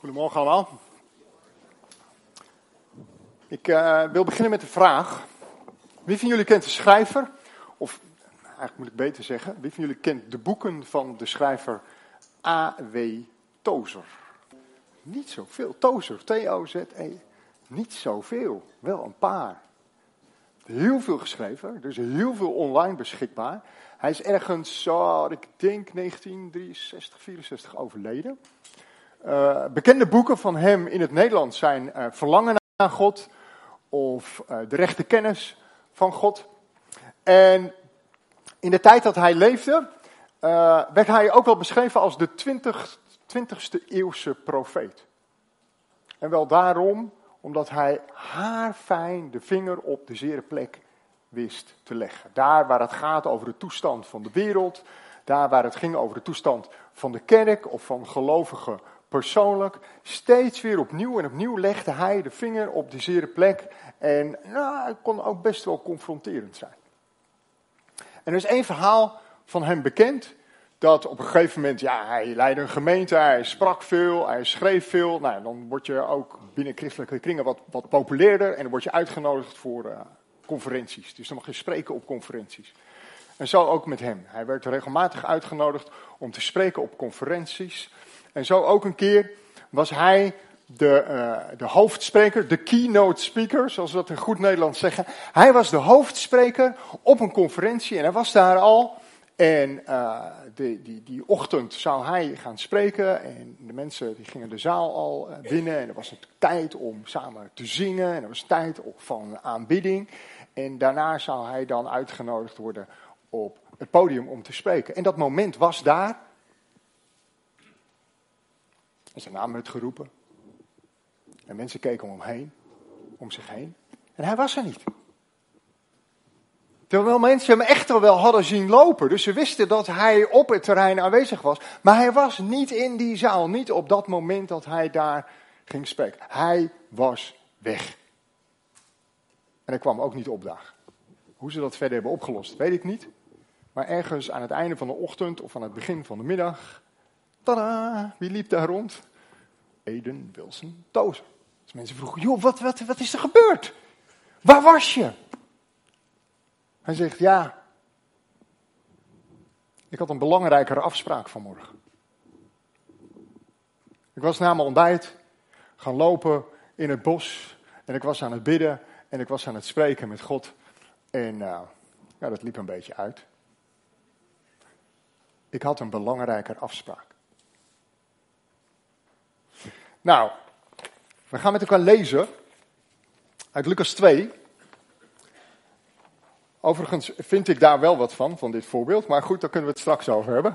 Goedemorgen allemaal. Ik wil beginnen met de vraag. Wie van jullie kent de schrijver? Of eigenlijk moet ik beter zeggen. Wie van jullie kent de boeken van de schrijver A.W. Tozer? Niet zoveel. Tozer, T-O-Z-E. Niet zoveel. Wel een paar. Heel veel geschreven. Dus heel veel online beschikbaar. Hij is ergens, ik denk 1963, 64 overleden. Bekende boeken van hem in het Nederlands zijn Verlangen naar God of De rechte kennis van God. En in de tijd dat hij leefde, werd hij ook wel beschreven als de 20e eeuwse profeet. En wel daarom, omdat hij haarfijn de vinger op de zere plek wist te leggen. Daar waar het gaat over de toestand van de wereld, daar waar het ging over de toestand van de kerk of van gelovigen persoonlijk, steeds weer opnieuw en opnieuw legde hij de vinger op de zere plek en het kon ook best wel confronterend zijn. En er is één verhaal van hem bekend, dat op een gegeven moment, hij leidde een gemeente, hij sprak veel, hij schreef veel. Nou, dan word je ook binnen christelijke kringen wat populairder en dan word je uitgenodigd voor conferenties. Dus dan mag je spreken op conferenties. En zo ook met hem. Hij werd regelmatig uitgenodigd om te spreken op conferenties. En zo ook een keer was hij de hoofdspreker, de keynote speaker, zoals we dat in goed Nederlands zeggen. Hij was de hoofdspreker op een conferentie en hij was daar al. En die ochtend zou hij gaan spreken en de mensen die gingen de zaal al binnen. En er was het tijd om samen te zingen en er was tijd van aanbidding. En daarna zou hij dan uitgenodigd worden op het podium om te spreken. En dat moment was daar. En zijn naam werd geroepen. En mensen keken om zich heen. En hij was er niet. Terwijl mensen hem echt wel hadden zien lopen. Dus ze wisten dat hij op het terrein aanwezig was. Maar hij was niet in die zaal. Niet op dat moment dat hij daar ging spreken. Hij was weg. En hij kwam ook niet opdagen. Hoe ze dat verder hebben opgelost, weet ik niet. Maar ergens aan het einde van de ochtend of aan het begin van de middag. Tada! Wie liep daar rond? Aiden Wilson Tozer. Dus mensen vroegen, joh, wat is er gebeurd? Waar was je? Hij zegt, ik had een belangrijkere afspraak vanmorgen. Ik was na mijn ontbijt gaan lopen in het bos. En ik was aan het bidden en ik was aan het spreken met God. En dat liep een beetje uit. Ik had een belangrijker afspraak. Nou, we gaan met elkaar lezen uit Lucas 2. Overigens vind ik daar wel wat van dit voorbeeld. Maar goed, daar kunnen we het straks over hebben.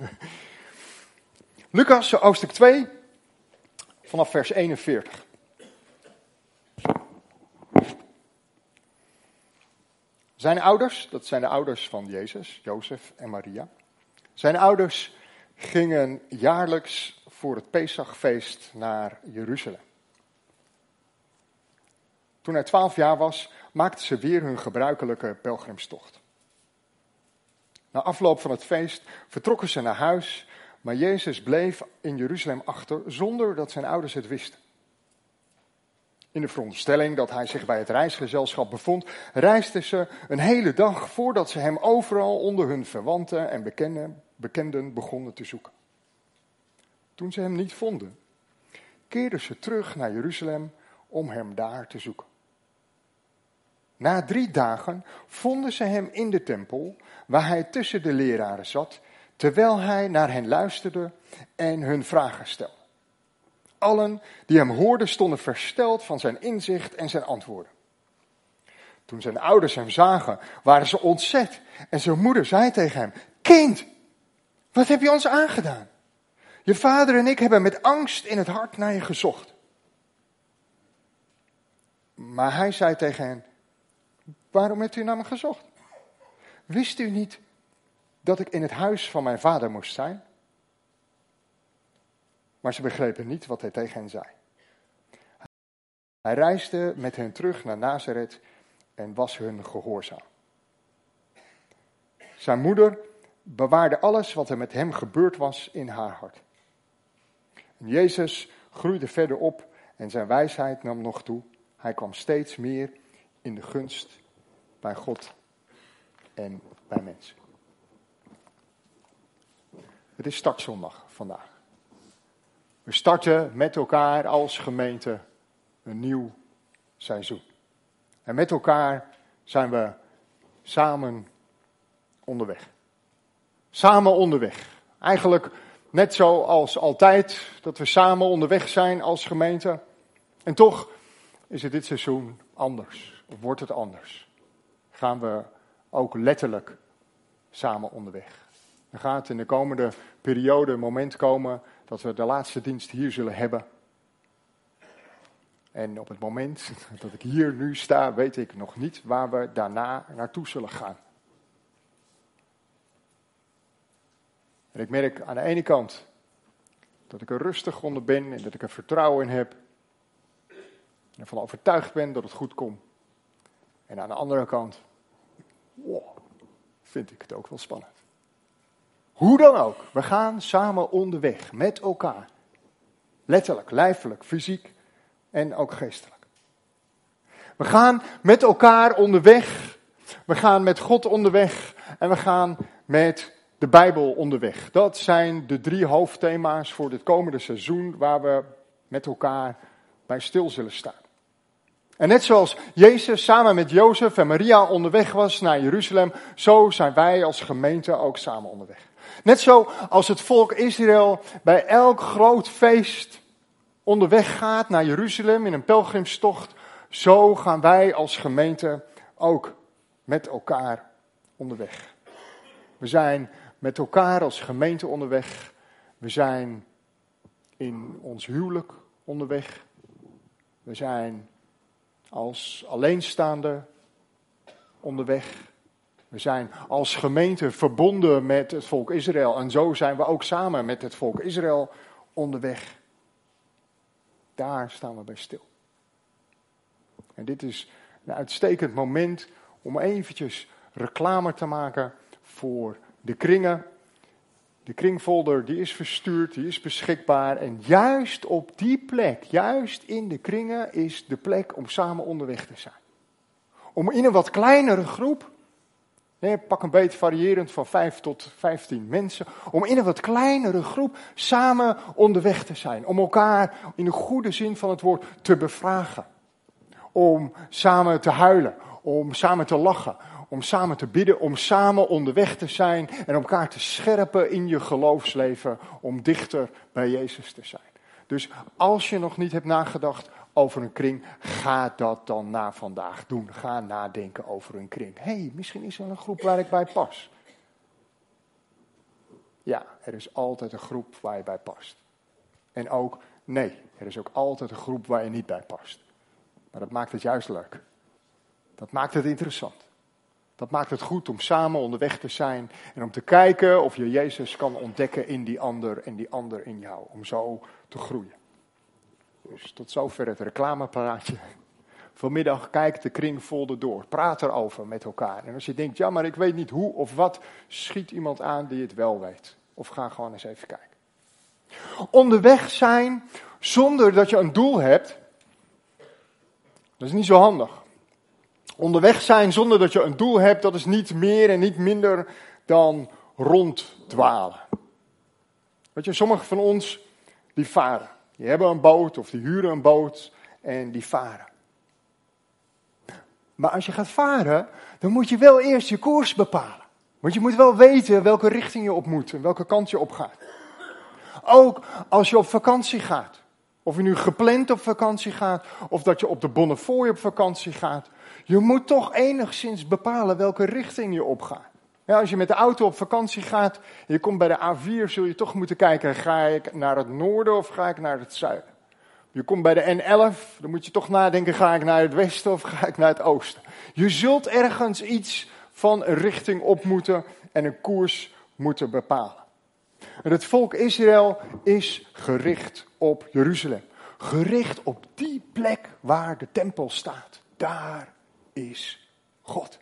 Lucas, hoofdstuk 2, vanaf vers 41. Zijn ouders, dat zijn de ouders van Jezus, Jozef en Maria. Zijn ouders gingen jaarlijks voor het Pesachfeest naar Jeruzalem. Toen hij 12 jaar was, maakten ze weer hun gebruikelijke pelgrimstocht. Na afloop van het feest vertrokken ze naar huis, maar Jezus bleef in Jeruzalem achter zonder dat zijn ouders het wisten. In de veronderstelling dat hij zich bij het reisgezelschap bevond, reisden ze een hele dag voordat ze hem overal onder hun verwanten en bekenden begonnen te zoeken. Toen ze hem niet vonden, keerden ze terug naar Jeruzalem om hem daar te zoeken. Na 3 dagen vonden ze hem in de tempel, waar hij tussen de leraren zat, terwijl hij naar hen luisterde en hun vragen stelde. Allen die hem hoorden stonden versteld van zijn inzicht en zijn antwoorden. Toen zijn ouders hem zagen, waren ze ontzet en zijn moeder zei tegen hem: Kind, wat heb je ons aangedaan? Je vader en ik hebben met angst in het hart naar je gezocht. Maar hij zei tegen hen: Waarom hebt u naar me gezocht? Wist u niet dat ik in het huis van mijn vader moest zijn? Maar ze begrepen niet wat hij tegen hen zei. Hij reisde met hen terug naar Nazareth en was hun gehoorzaam. Zijn moeder bewaarde alles wat er met hem gebeurd was in haar hart. En Jezus groeide verder op en zijn wijsheid nam nog toe. Hij kwam steeds meer in de gunst bij God en bij mensen. Het is startzondag vandaag. We starten met elkaar als gemeente een nieuw seizoen. En met elkaar zijn we samen onderweg. Samen onderweg. Eigenlijk net zoals altijd dat we samen onderweg zijn als gemeente. En toch is het dit seizoen anders. Of wordt het anders. Gaan we ook letterlijk samen onderweg. Er gaat in de komende periode een moment komen dat we de laatste dienst hier zullen hebben. En op het moment dat ik hier nu sta, weet ik nog niet waar we daarna naartoe zullen gaan. En ik merk aan de ene kant dat ik er rustig onder ben en dat ik er vertrouwen in heb. En ervan overtuigd ben dat het goed komt. En aan de andere kant, vind ik het ook wel spannend. Hoe dan ook, we gaan samen onderweg met elkaar. Letterlijk, lijfelijk, fysiek en ook geestelijk. We gaan met elkaar onderweg. We gaan met God onderweg. En we gaan met de Bijbel onderweg. Dat zijn de 3 hoofdthema's voor dit komende seizoen waar we met elkaar bij stil zullen staan. En net zoals Jezus samen met Jozef en Maria onderweg was naar Jeruzalem, zo zijn wij als gemeente ook samen onderweg. Net zo als het volk Israël bij elk groot feest onderweg gaat naar Jeruzalem in een pelgrimstocht, zo gaan wij als gemeente ook met elkaar onderweg. We zijn met elkaar als gemeente onderweg. We zijn in ons huwelijk onderweg. We zijn als alleenstaande onderweg. We zijn als gemeente verbonden met het volk Israël. En zo zijn we ook samen met het volk Israël onderweg. Daar staan we bij stil. En dit is een uitstekend moment om eventjes reclame te maken voor de kringen. De kringfolder die is verstuurd, die is beschikbaar. En juist op die plek, juist in de kringen, is de plek om samen onderweg te zijn. Om in een wat kleinere groep, pak een beetje variërend van 5 tot 15 mensen. Om in een wat kleinere groep samen onderweg te zijn. Om elkaar in de goede zin van het woord te bevragen. Om samen te huilen, om samen te lachen. Om samen te bidden, om samen onderweg te zijn en elkaar te scherpen in je geloofsleven, om dichter bij Jezus te zijn. Dus als je nog niet hebt nagedacht over een kring, ga dat dan na vandaag doen. Ga nadenken over een kring. Misschien is er een groep waar ik bij pas. Ja, er is altijd een groep waar je bij past. En ook, nee, er is ook altijd een groep waar je niet bij past. Maar dat maakt het juist leuk. Dat maakt het interessant. Dat maakt het goed om samen onderweg te zijn en om te kijken of je Jezus kan ontdekken in die ander en die ander in jou. Om zo te groeien. Dus tot zover het reclamepraatje. Vanmiddag kijk de kringfolder door. Praat erover met elkaar. En als je denkt, ja maar ik weet niet hoe of wat, schiet iemand aan die het wel weet. Of ga gewoon eens even kijken. Onderweg zijn zonder dat je een doel hebt, dat is niet zo handig. Onderweg zijn zonder dat je een doel hebt, dat is niet meer en niet minder dan ronddwalen. Weet je, sommigen van ons, die varen. Die hebben een boot of die huren een boot en die varen. Maar als je gaat varen, dan moet je wel eerst je koers bepalen. Want je moet wel weten welke richting je op moet en welke kant je op gaat. Ook als je op vakantie gaat. Of je nu gepland op vakantie gaat, of dat je op de Bonnefoy op vakantie gaat. Je moet toch enigszins bepalen welke richting je opgaat. Ja, als je met de auto op vakantie gaat en je komt bij de A4, zul je toch moeten kijken, ga ik naar het noorden of ga ik naar het zuiden? Je komt bij de N11, dan moet je toch nadenken, ga ik naar het westen of ga ik naar het oosten? Je zult ergens iets van een richting op moeten en een koers moeten bepalen. En het volk Israël is gericht op Jeruzalem. Gericht op die plek waar de tempel staat. Daar is God.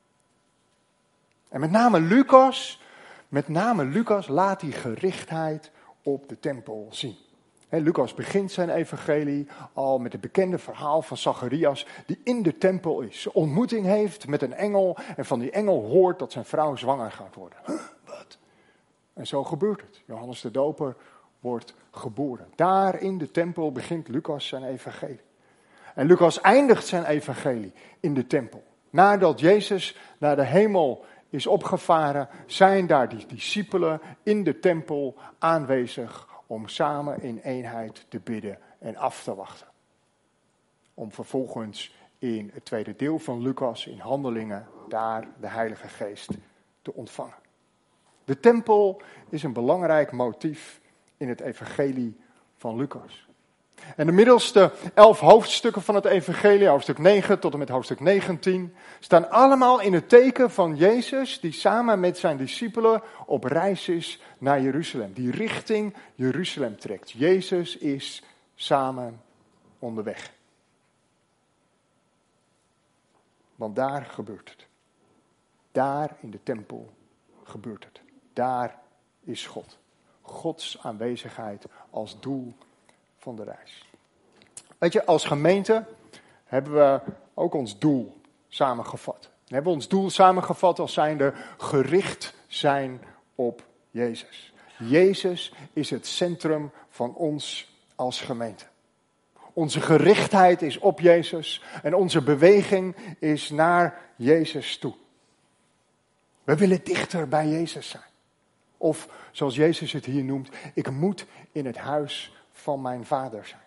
En met name Lucas laat die gerichtheid op de tempel zien. Lucas begint zijn evangelie al met het bekende verhaal van Zacharias, die in de tempel is, ontmoeting heeft met een engel en van die engel hoort dat zijn vrouw zwanger gaat worden. Wat? En zo gebeurt het. Johannes de Doper wordt geboren. Daar in de tempel begint Lucas zijn evangelie. En Lucas eindigt zijn evangelie in de tempel. Nadat Jezus naar de hemel is opgevaren, zijn daar die discipelen in de tempel aanwezig om samen in eenheid te bidden en af te wachten. Om vervolgens in het tweede deel van Lucas, in Handelingen, daar de Heilige Geest te ontvangen. De tempel is een belangrijk motief in het evangelie van Lucas. En de middelste 11 hoofdstukken van het evangelie, hoofdstuk 9 tot en met hoofdstuk 19, staan allemaal in het teken van Jezus die samen met zijn discipelen op reis is naar Jeruzalem. Die richting Jeruzalem trekt. Jezus is samen onderweg. Want daar gebeurt het. Daar in de tempel gebeurt het. Daar is God. Gods aanwezigheid als doel van de reis. Weet je, als gemeente hebben we ook ons doel samengevat. We hebben ons doel samengevat als zijnde gericht zijn op Jezus. Jezus is het centrum van ons als gemeente. Onze gerichtheid is op Jezus en onze beweging is naar Jezus toe. We willen dichter bij Jezus zijn. Of zoals Jezus het hier noemt, ik moet in het huis van mijn vader zijn.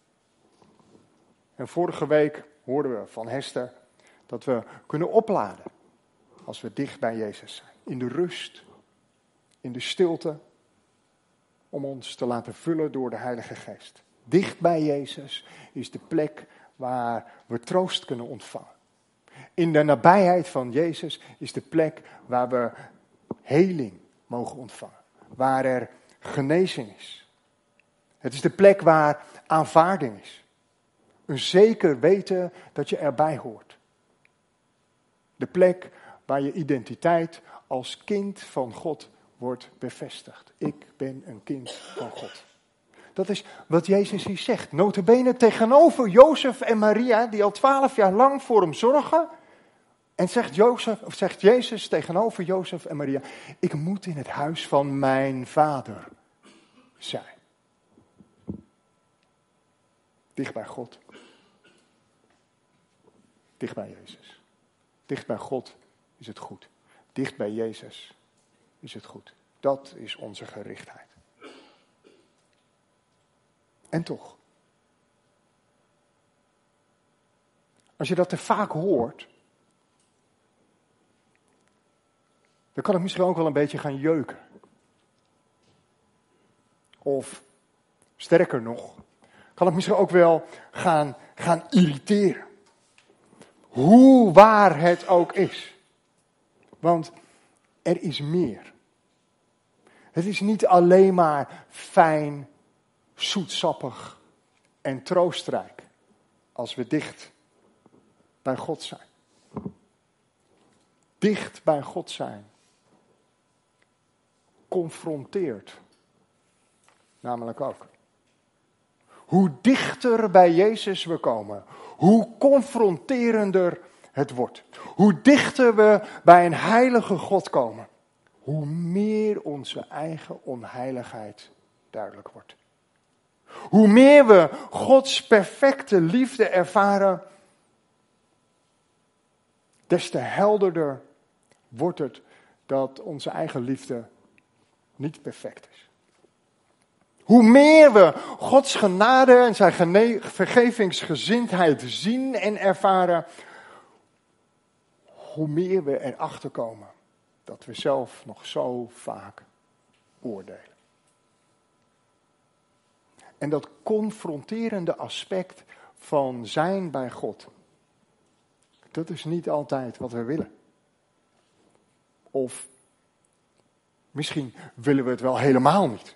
En vorige week hoorden we van Hester dat we kunnen opladen als we dicht bij Jezus zijn. In de rust, in de stilte, om ons te laten vullen door de Heilige Geest. Dicht bij Jezus is de plek waar we troost kunnen ontvangen. In de nabijheid van Jezus is de plek waar we heling mogen ontvangen. Waar er genezing is. Het is de plek waar aanvaarding is. Een zeker weten dat je erbij hoort. De plek waar je identiteit als kind van God wordt bevestigd. Ik ben een kind van God. Dat is wat Jezus hier zegt. Nota bene tegenover Jozef en Maria, die al 12 jaar lang voor hem zorgen. En zegt Jezus tegenover Jozef en Maria, ik moet in het huis van mijn vader zijn. Dicht bij God. Dicht bij Jezus. Dicht bij God is het goed. Dicht bij Jezus is het goed. Dat is onze gerichtheid. En toch. Als je dat te vaak hoort, dan kan het misschien ook wel een beetje gaan jeuken. Of, sterker nog, kan het misschien ook wel gaan irriteren. Hoe waar het ook is. Want er is meer. Het is niet alleen maar fijn, zoetsappig en troostrijk als we dicht bij God zijn. Dicht bij God zijn confronteert namelijk ook. Hoe dichter bij Jezus we komen, hoe confronterender het wordt. Hoe dichter we bij een heilige God komen, hoe meer onze eigen onheiligheid duidelijk wordt. Hoe meer we Gods perfecte liefde ervaren, des te helderder wordt het dat onze eigen liefde niet perfect is. Hoe meer we Gods genade en zijn vergevingsgezindheid zien en ervaren, hoe meer we erachter komen dat we zelf nog zo vaak oordelen. En dat confronterende aspect van zijn bij God, dat is niet altijd wat we willen. Of misschien willen we het wel helemaal niet.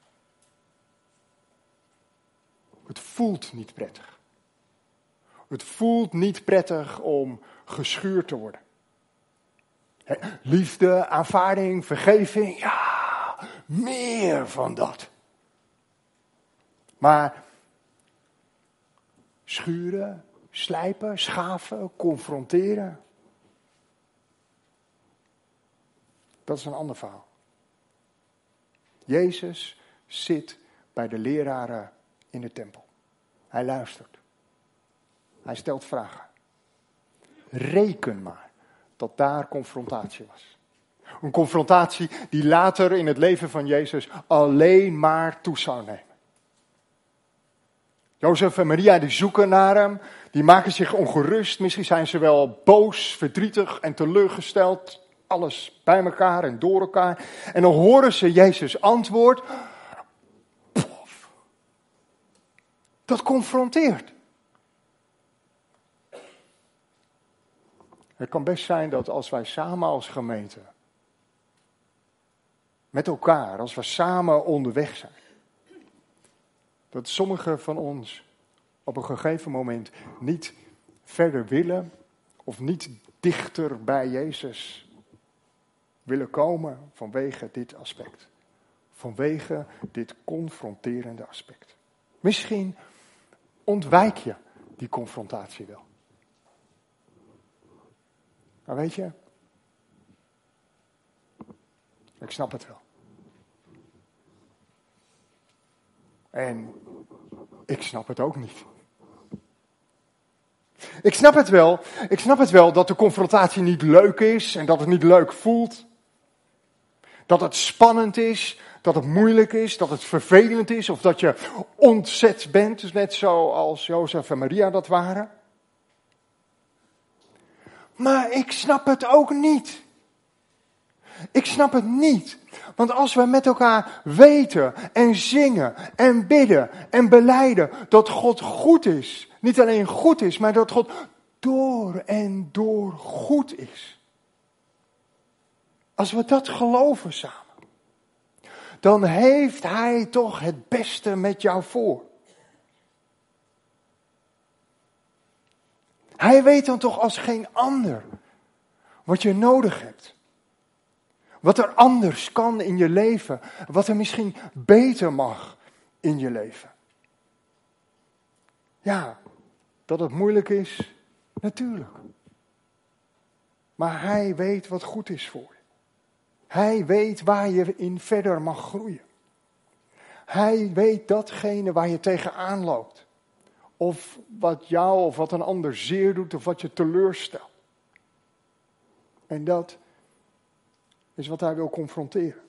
Het voelt niet prettig. Het voelt niet prettig om geschuurd te worden. Liefde, aanvaarding, vergeving, ja, meer van dat. Maar schuren, slijpen, schaven, confronteren. Dat is een ander verhaal. Jezus zit bij de leraren in de tempel. Hij luistert. Hij stelt vragen. Reken maar dat daar confrontatie was. Een confrontatie die later in het leven van Jezus alleen maar toe zou nemen. Jozef en Maria die zoeken naar hem, die maken zich ongerust. Misschien zijn ze wel boos, verdrietig en teleurgesteld. Alles bij elkaar en door elkaar. En dan horen ze Jezus antwoord. Pof. Dat confronteert. Het kan best zijn dat als wij samen als gemeente, met elkaar, als we samen onderweg zijn, dat sommigen van ons op een gegeven moment niet verder willen of niet dichter bij Jezus willen komen vanwege dit aspect. Vanwege dit confronterende aspect. Misschien ontwijk je die confrontatie wel. Maar weet je, ik snap het wel. En ik snap het ook niet. Ik snap het wel dat de confrontatie niet leuk is en dat het niet leuk voelt. Dat het spannend is, dat het moeilijk is, dat het vervelend is of dat je ontzet bent, dus net zoals Jozef en Maria dat waren. Maar ik snap het ook niet. Ik snap het niet. Want als we met elkaar weten en zingen en bidden en belijden dat God goed is. Niet alleen goed is, maar dat God door en door goed is. Als we dat geloven samen. Dan heeft Hij toch het beste met jou voor. Hij weet dan toch als geen ander wat je nodig hebt. Wat er anders kan in je leven. Wat er misschien beter mag in je leven. Ja, dat het moeilijk is, natuurlijk. Maar Hij weet wat goed is voor je. Hij weet waar je in verder mag groeien. Hij weet datgene waar je tegenaan loopt. Of wat jou of wat een ander zeer doet of wat je teleurstelt. En dat is wat Hij wil confronteren.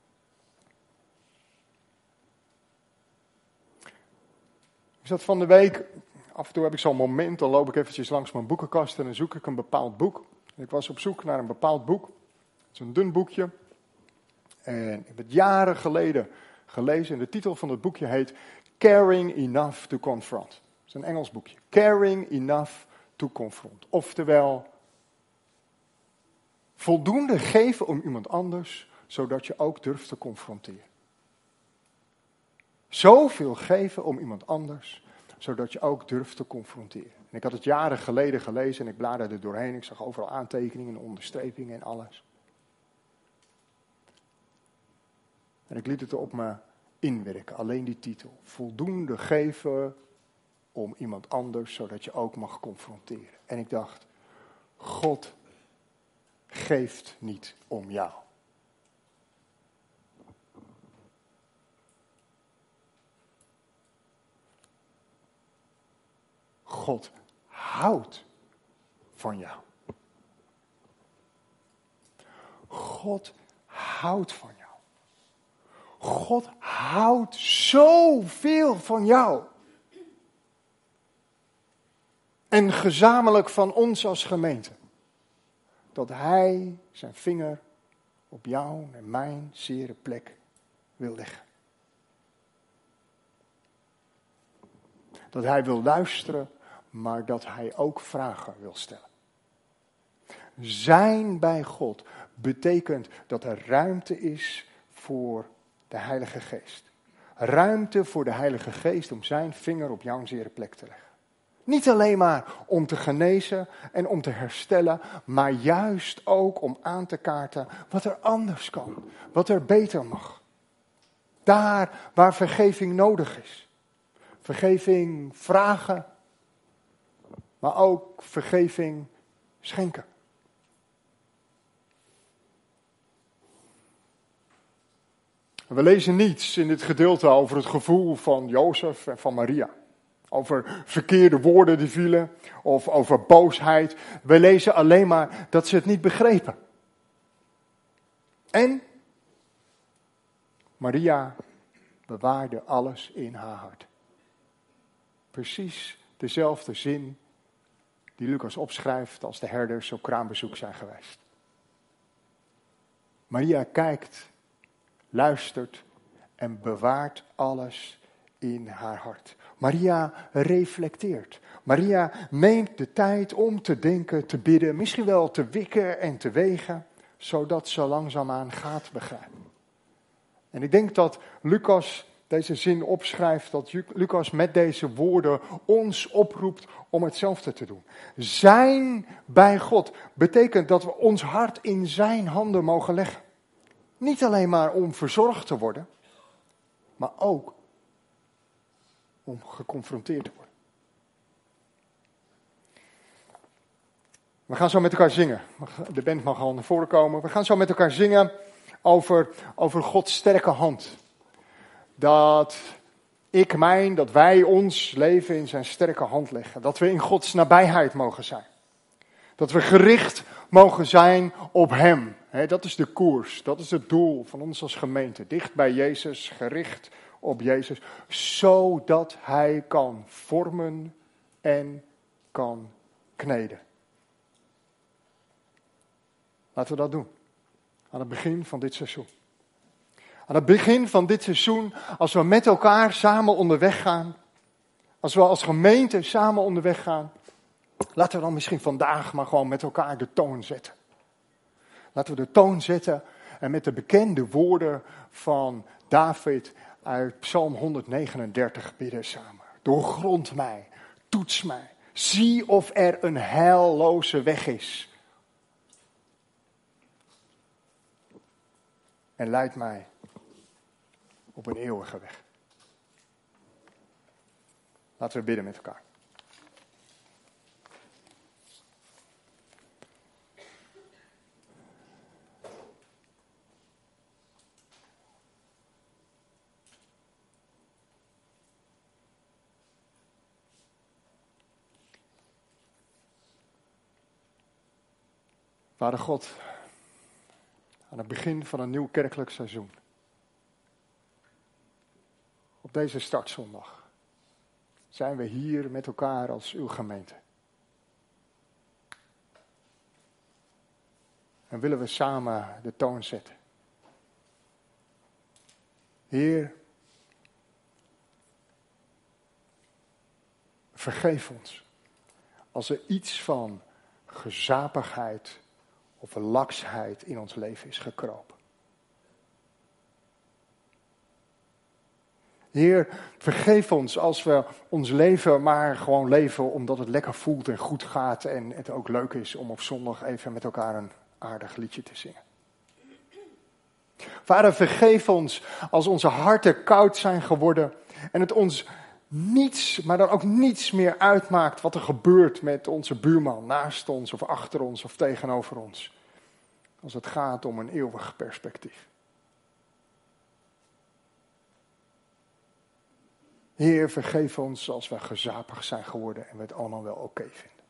Ik zat van de week, af en toe heb ik zo'n moment, dan loop ik eventjes langs mijn boekenkast en dan zoek ik een bepaald boek. Ik was op zoek naar een bepaald boek. Het is een dun boekje. En ik heb het jaren geleden gelezen en de titel van het boekje heet Caring Enough to Confront. Het is een Engels boekje. Caring Enough to Confront. Oftewel, voldoende geven om iemand anders, zodat je ook durft te confronteren. Zoveel geven om iemand anders, zodat je ook durft te confronteren. En ik had het jaren geleden gelezen en ik bladerde er doorheen. Ik zag overal aantekeningen en onderstrepingen en alles. En ik liet het op me inwerken, alleen die titel. Voldoende geven om iemand anders, zodat je ook mag confronteren. En ik dacht, God geeft niet om jou. God houdt van jou. God houdt van jou. God houdt zoveel van jou. En gezamenlijk van ons als gemeente. Dat Hij zijn vinger op jou en mijn zere plek wil leggen. Dat Hij wil luisteren, maar dat Hij ook vragen wil stellen. Zijn bij God betekent dat er ruimte is voor de Heilige Geest. Ruimte voor de Heilige Geest om zijn vinger op jouw zere plek te leggen. Niet alleen maar om te genezen en om te herstellen, maar juist ook om aan te kaarten wat er anders kan. Wat er beter mag. Daar waar vergeving nodig is. vergeving vragen, maar ook vergeving schenken. We lezen niets in dit gedeelte over het gevoel van Jozef en van Maria. Over verkeerde woorden die vielen, of over boosheid. We lezen alleen maar dat ze het niet begrepen. En Maria bewaarde alles in haar hart. Precies dezelfde zin die Lucas opschrijft als de herders op kraambezoek zijn geweest. Maria kijkt, luistert en bewaart alles in haar hart. Maria reflecteert. Maria neemt de tijd om te denken, te bidden, misschien wel te wikken en te wegen, zodat ze langzaamaan gaat begrijpen. En ik denk dat Lucas deze zin opschrijft, dat Lucas met deze woorden ons oproept om hetzelfde te doen. Zijn bij God betekent dat we ons hart in zijn handen mogen leggen. Niet alleen maar om verzorgd te worden, maar ook om geconfronteerd te worden. We gaan zo met elkaar zingen. De band mag al naar voren komen. We gaan zo met elkaar zingen over Gods sterke hand. Dat dat wij ons leven in zijn sterke hand leggen. Dat we in Gods nabijheid mogen zijn. Dat we gericht mogen zijn op hem. Dat is de koers, dat is het doel van ons als gemeente. Dicht bij Jezus, gericht op Jezus. Zodat hij kan vormen en kan kneden. Laten we dat doen. Aan het begin van dit seizoen. Aan het begin van dit seizoen, als we met elkaar samen onderweg gaan. Als we als gemeente samen onderweg gaan. Laten we dan misschien vandaag maar gewoon met elkaar de toon zetten. Laten we de toon zetten en met de bekende woorden van David uit Psalm 139 bidden samen. Doorgrond mij, toets mij, zie of er een heilloze weg is. En leid mij op een eeuwige weg. Laten we bidden met elkaar. Vader God, aan het begin van een nieuw kerkelijk seizoen. Op deze startzondag zijn we hier met elkaar als uw gemeente. En willen we samen de toon zetten. Heer, vergeef ons als er iets van gezapigheid of laksheid in ons leven is gekropen. Heer, vergeef ons als we ons leven maar gewoon leven omdat het lekker voelt en goed gaat en het ook leuk is om op zondag even met elkaar een aardig liedje te zingen. Vader, vergeef ons als onze harten koud zijn geworden en het ons niets, maar dan ook niets meer uitmaakt wat er gebeurt met onze buurman naast ons of achter ons of tegenover ons. Als het gaat om een eeuwig perspectief. Heer, vergeef ons als we gezapig zijn geworden en we het allemaal wel oké vinden.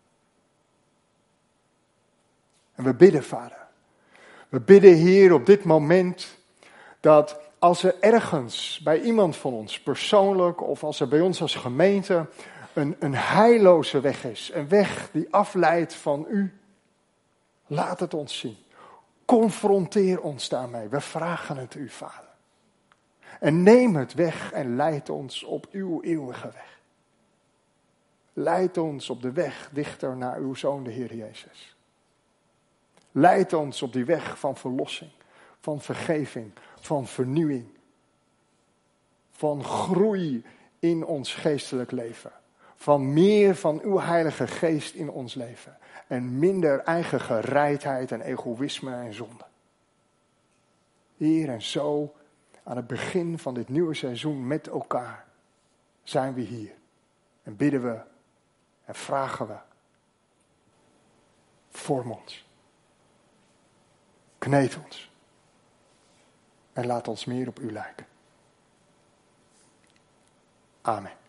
En we bidden, Vader. We bidden, Heer, op dit moment dat als er ergens bij iemand van ons persoonlijk of als er bij ons als gemeente een heilloze weg is. Een weg die afleidt van u. Laat het ons zien. Confronteer ons daarmee. We vragen het u, Vader. En neem het weg en leid ons op uw eeuwige weg. Leid ons op de weg dichter naar uw Zoon, de Heer Jezus. Leid ons op die weg van verlossing, van vergeving, van vernieuwing. Van groei in ons geestelijk leven. Van meer van uw Heilige Geest in ons leven. En minder eigen gereidheid en egoïsme en zonde. Heer, en zo aan het begin van dit nieuwe seizoen met elkaar zijn we hier. En bidden we en vragen we. Vorm ons. Kneed ons. En laat ons meer op u lijken. Amen.